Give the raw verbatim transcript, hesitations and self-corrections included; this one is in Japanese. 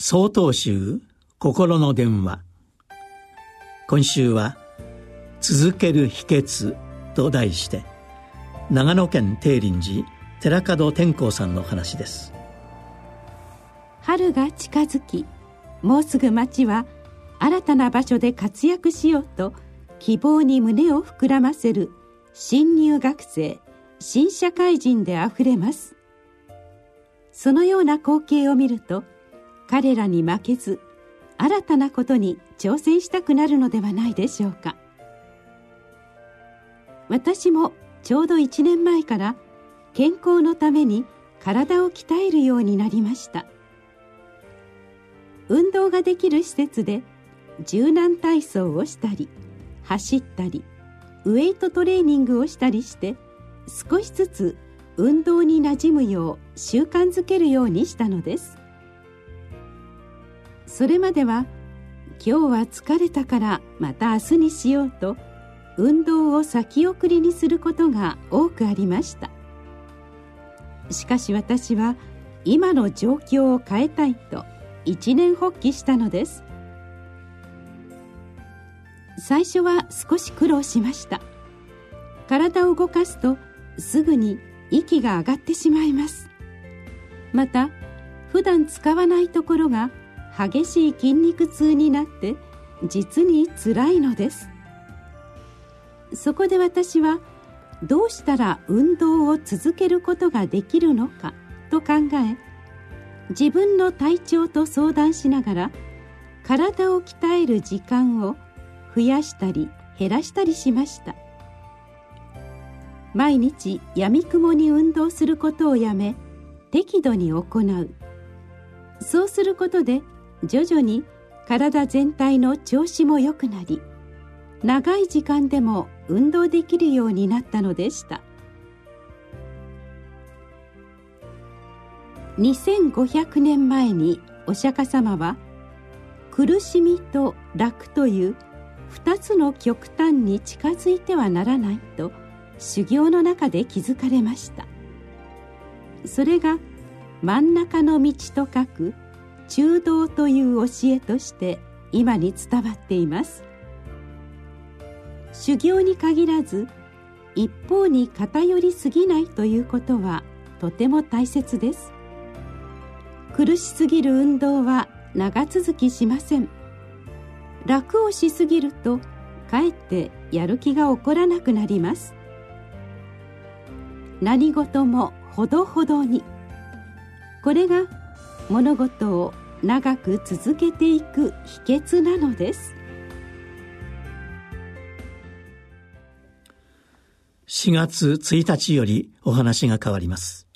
曹洞宗心の電話。今週は続ける秘訣と題して、長野県定林寺寺門天光さんの話です。 春が近づき、もうすぐ町は新たな場所で活躍しようと希望に胸を膨らませる新入学生、新社会人であふれます。そのような光景を見ると、彼らに負けず新たなことに挑戦したくなるのではないでしょうか。私もちょうどいちねんまえから健康のために体を鍛えるようになりました。運動ができる施設で柔軟体操をしたり、走ったり、ウエイトトレーニングをしたりして、少しずつ運動に馴染むよう習慣づけるようにしたのです。それまでは、今日は疲れたからまた明日にしようと運動を先送りにすることが多くありました。しかし私は今の状況を変えたいと一念発起したのです。最初は少し苦労しました。体を動かすとすぐに息が上がってしまいます。また普段使わないところが激しい筋肉痛になって実につらいのです。そこで私はどうしたら運動を続けることができるのかと考え、自分の体調と相談しながら体を鍛える時間を増やしたり減らしたりしました。毎日やみくもに運動することをやめ、適度に行う。そうすることで徐々に体全体の調子も良くなり、長い時間でも運動できるようになったのでした。にせんごひゃくねんまえにお釈迦様は、苦しみと楽という二つの極端に近づいてはならないと修行の中で気づかれました。それが真ん中の道と書く中道という教えとして今に伝わっています。修行に限らず一方に偏りすぎないということはとても大切です。苦しすぎる運動は長続きしません。楽をしすぎるとかえってやる気が起こらなくなります。何事もほどほどに。これが物事を長く続けていく秘訣なのです。 しがつついたちよりお話が変わります。